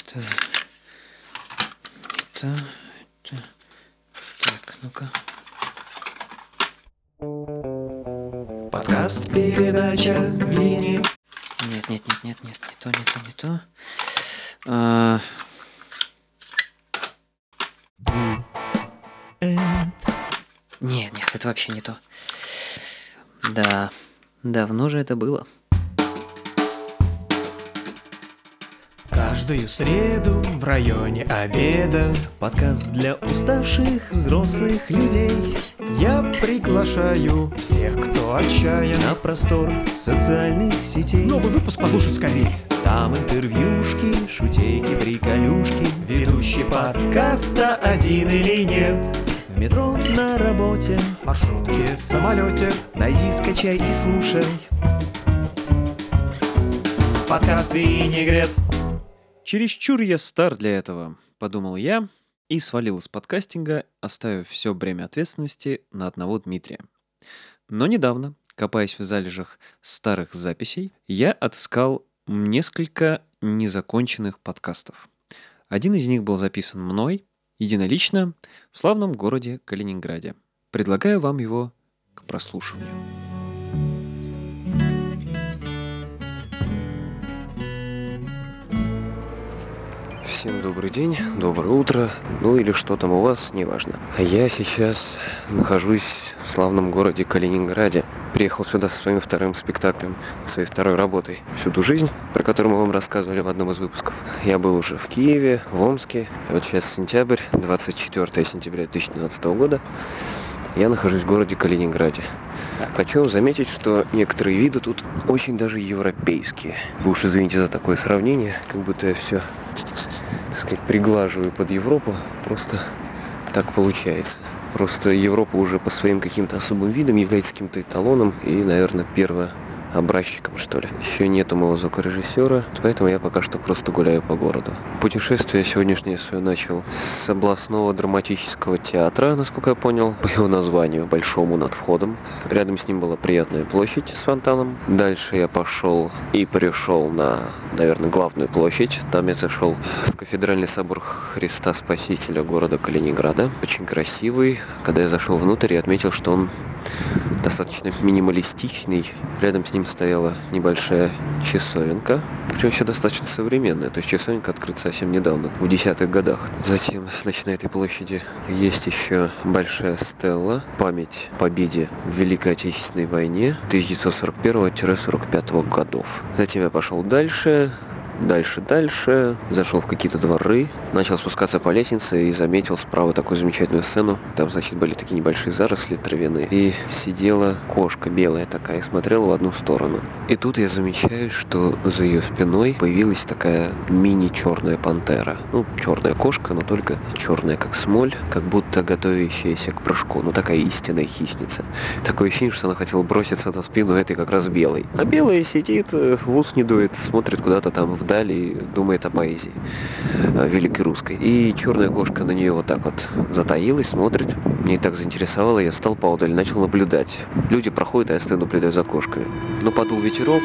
Так, ну-ка. Подкаст передача Вини. Нет, не то. Нет, это вообще не то. Да, давно же это было. Каждую среду в районе обеда подкаст для уставших взрослых людей. Я приглашаю всех, кто отчаян, на простор социальных сетей. Новый выпуск послушать скорее. Там интервьюшки, шутейки, приколюшки. Ведущий подкаста один или нет. В метро, на работе, маршрутке, самолете. Найди, скачай и слушай. Подкаст «Винегрет». Чересчур я стар для этого, подумал я и свалил из подкастинга, оставив все бремя ответственности на одного Дмитрия. Но недавно, копаясь в залежах старых записей, я отыскал несколько незаконченных подкастов. Один из них был записан мной, единолично, в славном городе Калининграде. Предлагаю вам его к прослушиванию. Всем добрый день, доброе утро, ну или что там у вас, неважно. Я сейчас нахожусь в славном городе Калининграде. Приехал сюда со своим вторым спектаклем, своей второй работой. Всю ту жизнь, про которую мы вам рассказывали в одном из выпусков. Я был уже в Киеве, в Омске. И вот сейчас сентябрь, 24 сентября 2012 года. Я нахожусь в городе Калининграде. Хочу заметить, что некоторые виды тут очень даже европейские. Вы уж извините за такое сравнение, как будто я все, так сказать, приглаживаю под Европу. Просто так получается. Просто Европа уже по своим каким-то особым видам является каким-то эталоном и, наверное, первообразчиком, что ли. Еще нету моего звукорежиссера, поэтому я пока что просто гуляю по городу. Путешествие сегодняшнее свое начал с областного драматического театра, насколько я понял, по его названию, большому над входом. Рядом с ним была приятная площадь с фонтаном. Дальше я пошел и пришел на, наверное, главную площадь. Там я зашел в кафедральный собор Христа Спасителя города Калининграда. Очень красивый. Когда я зашел внутрь, я отметил, что он достаточно минималистичный. Рядом с ним стояла небольшая часовенка, причем все достаточно современная. То есть часовенка открыта совсем недавно, в 10-х годах. Затем, на этой площади есть еще большая стелла, память о победе в Великой Отечественной войне 1941-45 годов. Затем я пошел дальше, зашел в какие-то дворы, начал спускаться по лестнице и заметил справа такую замечательную сцену. Там, были такие небольшие заросли травяные. И сидела кошка белая такая и смотрела в одну сторону. И тут я замечаю, что за ее спиной появилась такая мини-черная пантера. Черная кошка, но только черная, как смоль, как будто готовящаяся к прыжку. Такая истинная хищница. Такое ощущение, что она хотела броситься на спину этой как раз белой. А белая сидит, в ус не дует, смотрит куда-то там вдали и думает о поэзии великой русской. И черная кошка на нее вот так вот затаилась, смотрит. Мне так заинтересовало, я встал поодаль, начал наблюдать. Люди проходят, а я стою, наблюдаю за кошкой. Но подул ветерок.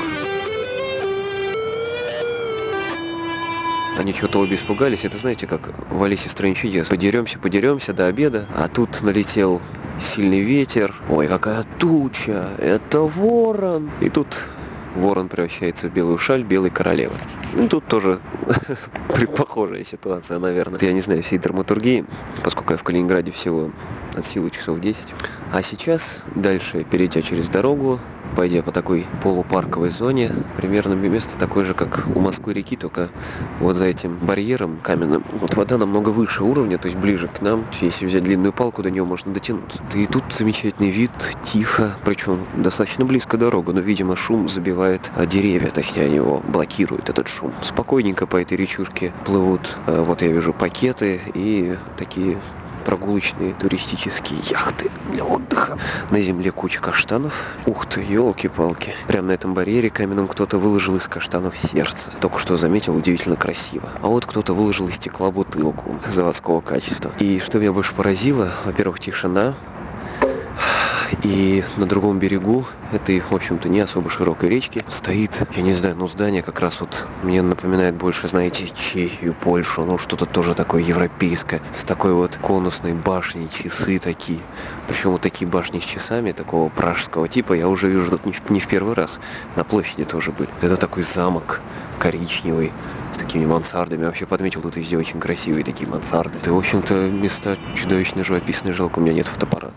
Они что-то обе испугались. Это, знаете, как в «Алисе в стране чудес». Подеремся до обеда, а тут налетел сильный ветер. Ой, какая туча! Это ворон! И тут ворон превращается в белую шаль белой королевы. Тут тоже похожая ситуация, наверное. Я не знаю всей драматургии, поскольку я в Калининграде всего от силы часов 10. А сейчас, дальше, перейдя через дорогу, пойдя по такой полупарковой зоне, примерно место такое же, как у Москвы-реки, только вот за этим барьером каменным. Вот вода намного выше уровня, то есть ближе к нам. Если взять длинную палку, до нее можно дотянуться. И тут замечательный вид, тихо, причем достаточно близко дорога, но, видимо, шум забивает деревья, точнее, они его блокируют, этот шум. Спокойненько по этой речушке плывут, вот я вижу, пакеты и такие прогулочные туристические яхты для отдыха. На земле куча каштанов. Ух ты, елки-палки. Прямо на этом барьере каменном кто-то выложил из каштанов сердце. Только что заметил, удивительно красиво. А вот кто-то выложил из стекла бутылку заводского качества. И что меня больше поразило, во-первых, тишина. И на другом берегу этой, в общем-то, не особо широкой речки стоит, я не знаю, здание как раз вот мне напоминает больше, знаете, Чехию, Польшу, что-то тоже такое европейское, с такой вот конусной башней, часы такие. Причем вот такие башни с часами, такого пражского типа, я уже вижу тут не в первый раз. На площади тоже были. Это такой замок коричневый, с такими мансардами. Я вообще подметил, тут везде очень красивые такие мансарды. Это, в общем-то, места чудовищно живописные, жалко, у меня нет фотоаппарата.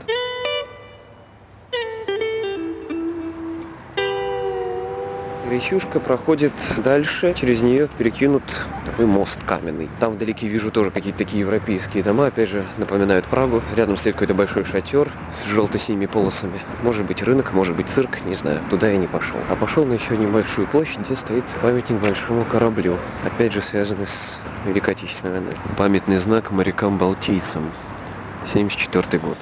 Речушка проходит дальше, через нее перекинут такой мост каменный. Там вдалеке вижу тоже какие-то такие европейские дома, опять же, напоминают Прагу. Рядом стоит какой-то большой шатер с желто-синими полосами. Может быть рынок, может быть цирк, не знаю. Туда я не пошел. А пошел на еще небольшую площадь, где стоит памятник большому кораблю. Опять же, связанный с Великой Отечественной войной. Памятный знак морякам-балтийцам. 1974 год.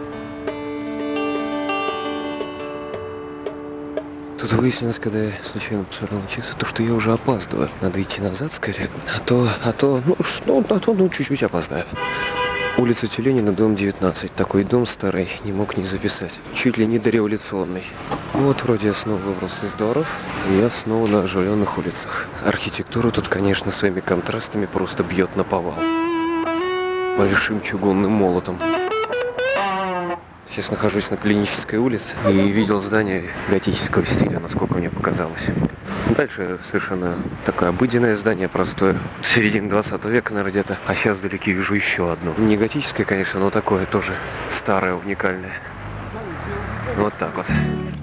Тут выяснилось, когда я случайно посмотрел на часы, то, что я уже опаздываю. Надо идти назад скорее, а то, чуть-чуть опоздаю. Улица Тюленина, дом 19. Такой дом старый, не мог не записать. Чуть ли не дореволюционный. Вот вроде я снова выбрался из дворов, и я снова на оживленных улицах. Архитектура тут, конечно, своими контрастами просто бьет наповал. Большим чугунным молотом. Сейчас нахожусь на Клинической улице и видел здание готического стиля, насколько мне показалось. Дальше совершенно такое обыденное здание, простое. Середины 20 века, наверное, где-то. А сейчас вдалеке вижу еще одно. Не готическое, конечно, но такое тоже старое, уникальное. Вот так вот.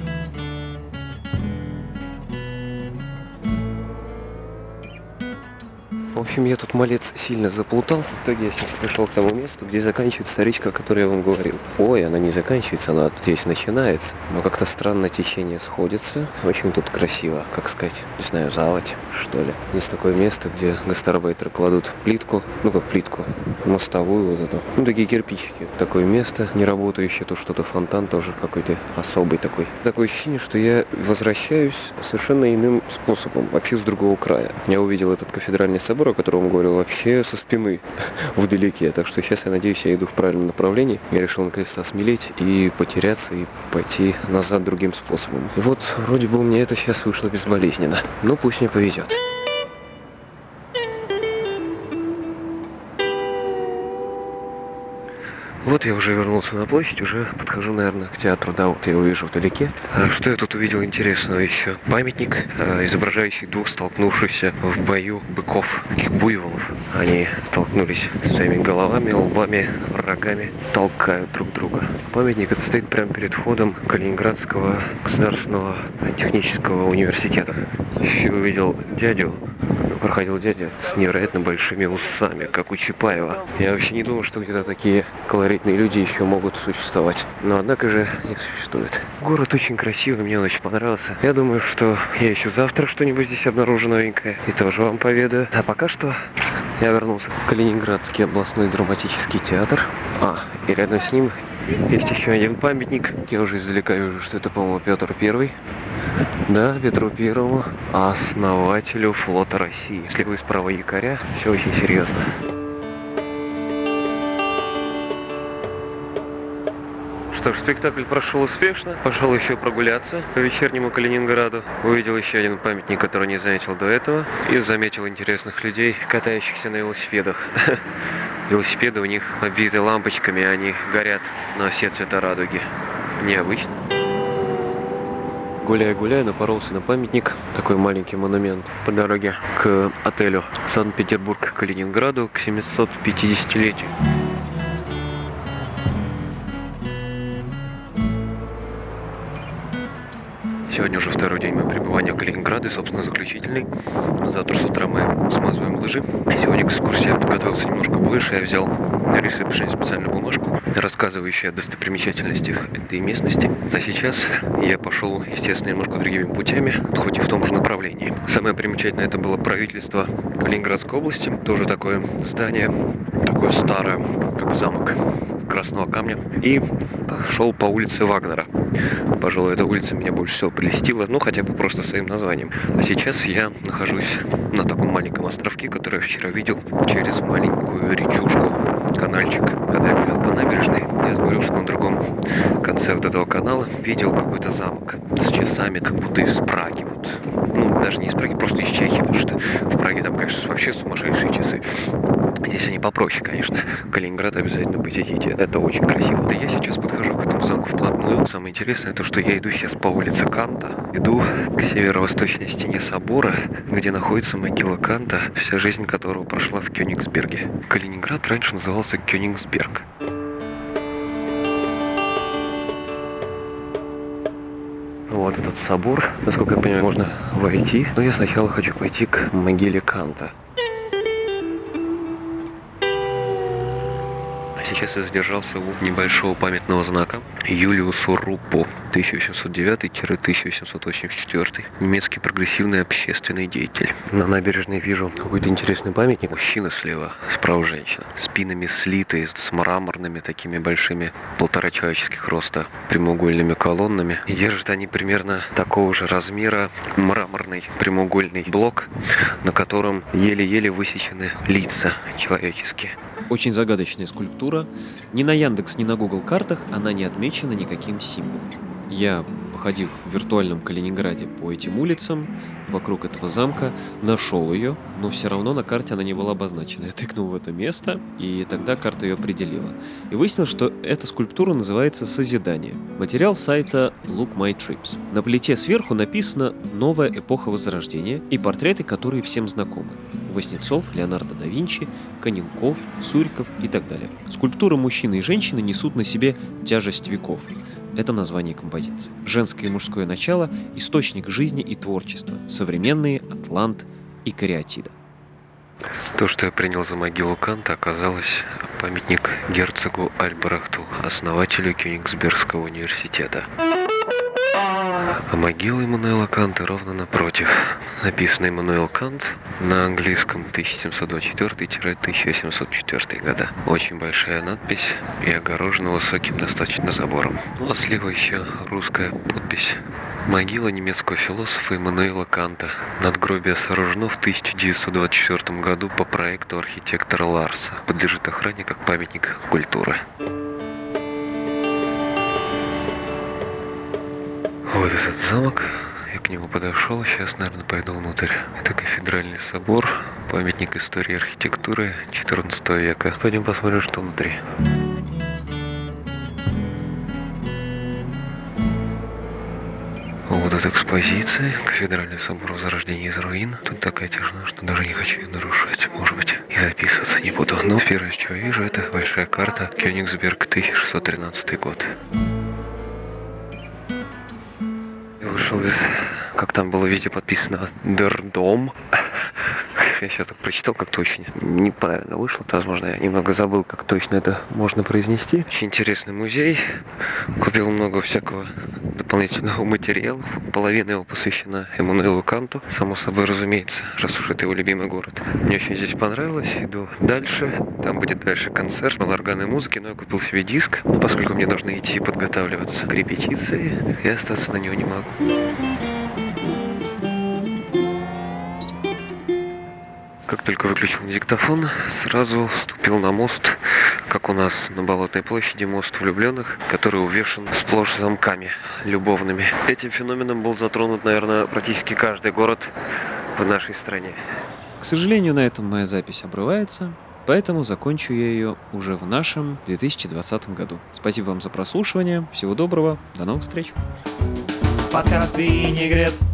В общем, я тут, малец, сильно заплутал. В итоге я сейчас пришел к тому месту, где заканчивается речка, о которой я вам говорил. Ой, она не заканчивается, она здесь начинается. Но как-то странно течение сходится. Очень тут красиво, как сказать, не знаю, заводь, что ли. Есть такое место, где гастарбайтеры кладут плитку, как плитку, мостовую вот эту. Такие кирпичики. Такое место, не работающее, тут что-то фонтан тоже какой-то особый такой. Такое ощущение, что я возвращаюсь совершенно иным способом, вообще с другого края. Я увидел этот кафедральный собор, о котором говорил, вообще со спины вдалеке. Так что сейчас, я надеюсь, я иду в правильном направлении. Я решил наконец-то осмелеть и потеряться, и пойти назад другим способом. И вот, вроде бы у меня это сейчас вышло безболезненно. Но пусть мне повезет. Вот я уже вернулся на площадь, уже подхожу, наверное, к театру. Да, вот я его вижу вдалеке. Что я тут увидел интересного еще? Памятник, изображающий двух столкнувшихся в бою быков, таких буйволов. Они столкнулись со своими головами, лбами, рогами, толкают друг друга. Памятник этот стоит прямо перед входом Калининградского государственного технического университета. Еще увидел дядю. Проходил дядя с невероятно большими усами, как у Чапаева. Я вообще не думал, что где-то такие колоритные люди еще могут существовать. Но однако же не существует. Город очень красивый, мне он очень понравился. Я думаю, что я еще завтра что-нибудь здесь обнаружу новенькое и тоже вам поведаю. А пока что я вернулся в Калининградский областной драматический театр. И рядом с ним есть еще один памятник. Я уже издалека вижу, что это, по-моему, Петр Первый. Да, Петру Первому, основателю флота России. Если вы справа якоря, все очень серьезно. Что ж, спектакль прошел успешно. Пошел еще прогуляться по вечернему Калининграду. Увидел еще один памятник, который не заметил до этого. И заметил интересных людей, катающихся на велосипедах. Велосипеды у них обвиты лампочками, они горят на все цвета радуги. Необычно. Гуляя, напоролся на памятник, такой маленький монумент по дороге к отелю Санкт-Петербург к Калининграду к 750-летию. Сегодня уже второй день моего пребывания в Калининграде, собственно, заключительный. Завтра с утра мы смазываем лыжи. Сегодня к экскурсии я подготовился немножко больше. Я взял рисовавшую специальную бумажку, рассказывающую о достопримечательностях этой местности. А сейчас я пошел, естественно, немножко другими путями, хоть и в том же направлении. Самое примечательное это было правительство Калининградской области. Тоже такое здание, такое старое, как замок красного камня. И шел по улице Вагнера. Пожалуй, эта улица меня больше всего прельстила, хотя бы просто своим названием. А сейчас я нахожусь на таком маленьком островке, который я вчера видел через маленькую речушку, канальчик. Когда я гулял по набережной, я говорил, что на другом конце конце вот этого канала видел какой-то замок с часами, как будто из Праги. Вот. Ну, даже не из Праги, просто из Чехии, потому что в Праге там, конечно, вообще сумасшедшие часы. Здесь они попроще, конечно. В Калининград обязательно посетите. Это очень красиво. Да я сейчас подхожу к этому замку вплотную. Самое интересное то, что я иду сейчас по улице Канта. Иду к северо-восточной стене собора, где находится могила Канта, вся жизнь которого прошла в Кёнигсберге. Калининград раньше назывался Кёнигсберг. Вот этот собор, насколько я понимаю, можно войти. Но я сначала хочу пойти к могиле Канта. Сейчас я задержался у небольшого памятного знака Юлиусу Руппу 1809-1884. Немецкий прогрессивный общественный деятель. На набережной вижу какой-то интересный памятник. Мужчина слева, справа женщина. Спинами слитые, с мраморными такими большими, 1,5 человеческих роста, прямоугольными колоннами. И держат они примерно такого же размера мраморный прямоугольный блок, на котором еле-еле высечены лица человеческие. Очень загадочная скульптура. Ни на Яндекс, ни на Google картах она не отмечена никаким символом. Я, походив в виртуальном Калининграде по этим улицам, вокруг этого замка, нашел ее, но все равно на карте она не была обозначена. Я тыкнул в это место, и тогда карта ее определила. И выяснилось, что эта скульптура называется «Созидание». Материал сайта Look My Trips. На плите сверху написано «Новая эпоха Возрождения» и портреты, которые всем знакомы. Васнецов, Леонардо да Винчи, Каненков, Суриков и так далее. Скульптуры мужчины и женщины несут на себе тяжесть веков. Это название композиции. Женское и мужское начало – источник жизни и творчества. Современные Атлант и Кариатида. То, что я принял за могилу Канта, оказалось памятник герцогу Альбрехту, основателю Кёнигсбергского университета. А могила Иммануила Канта ровно напротив. Написано «Иммануил Кант» на английском 1724-1704 года. Очень большая надпись и огорожена высоким достаточно забором. Ну а слева еще русская подпись. Могила немецкого философа Иммануила Канта. Надгробие сооружено в 1924 году по проекту архитектора Ларса. Подлежит охране как памятник культуры. Вот этот замок, я к нему подошел, сейчас, наверное, пойду внутрь. Это кафедральный собор, памятник истории архитектуры XIV века. Пойдем посмотрим, что внутри. Вот эта экспозиция, кафедральный собор Возрождения из руин. Тут такая тишина, что даже не хочу ее нарушать, может быть, и записываться не буду. Но первое, что я вижу, это большая карта Кёнигсберг, 1613 год. Вышел из, как там было везде подписано, Der Dom. Я сейчас так прочитал, как-то очень неправильно вышло. Возможно, я немного забыл, как точно это можно произнести. Очень интересный музей. Купил много всякого дополнительного материала. Половина его посвящена Иммануилу Канту. Само собой, разумеется, раз уж это его любимый город. Мне очень здесь понравилось. Иду дальше. Там будет дальше концерт на органной музыке. Но я купил себе диск. Но поскольку мне нужно идти подготавливаться к репетиции, я остаться на него не могу. Как только выключил диктофон, сразу вступил на мост, как у нас на Болотной площади, мост влюбленных, который увешан сплошь замками любовными. Этим феноменом был затронут, наверное, практически каждый город в нашей стране. К сожалению, на этом моя запись обрывается, поэтому закончу я ее уже в нашем 2020 году. Спасибо вам за прослушивание, всего доброго, до новых встреч! Подкаст «Винегрет».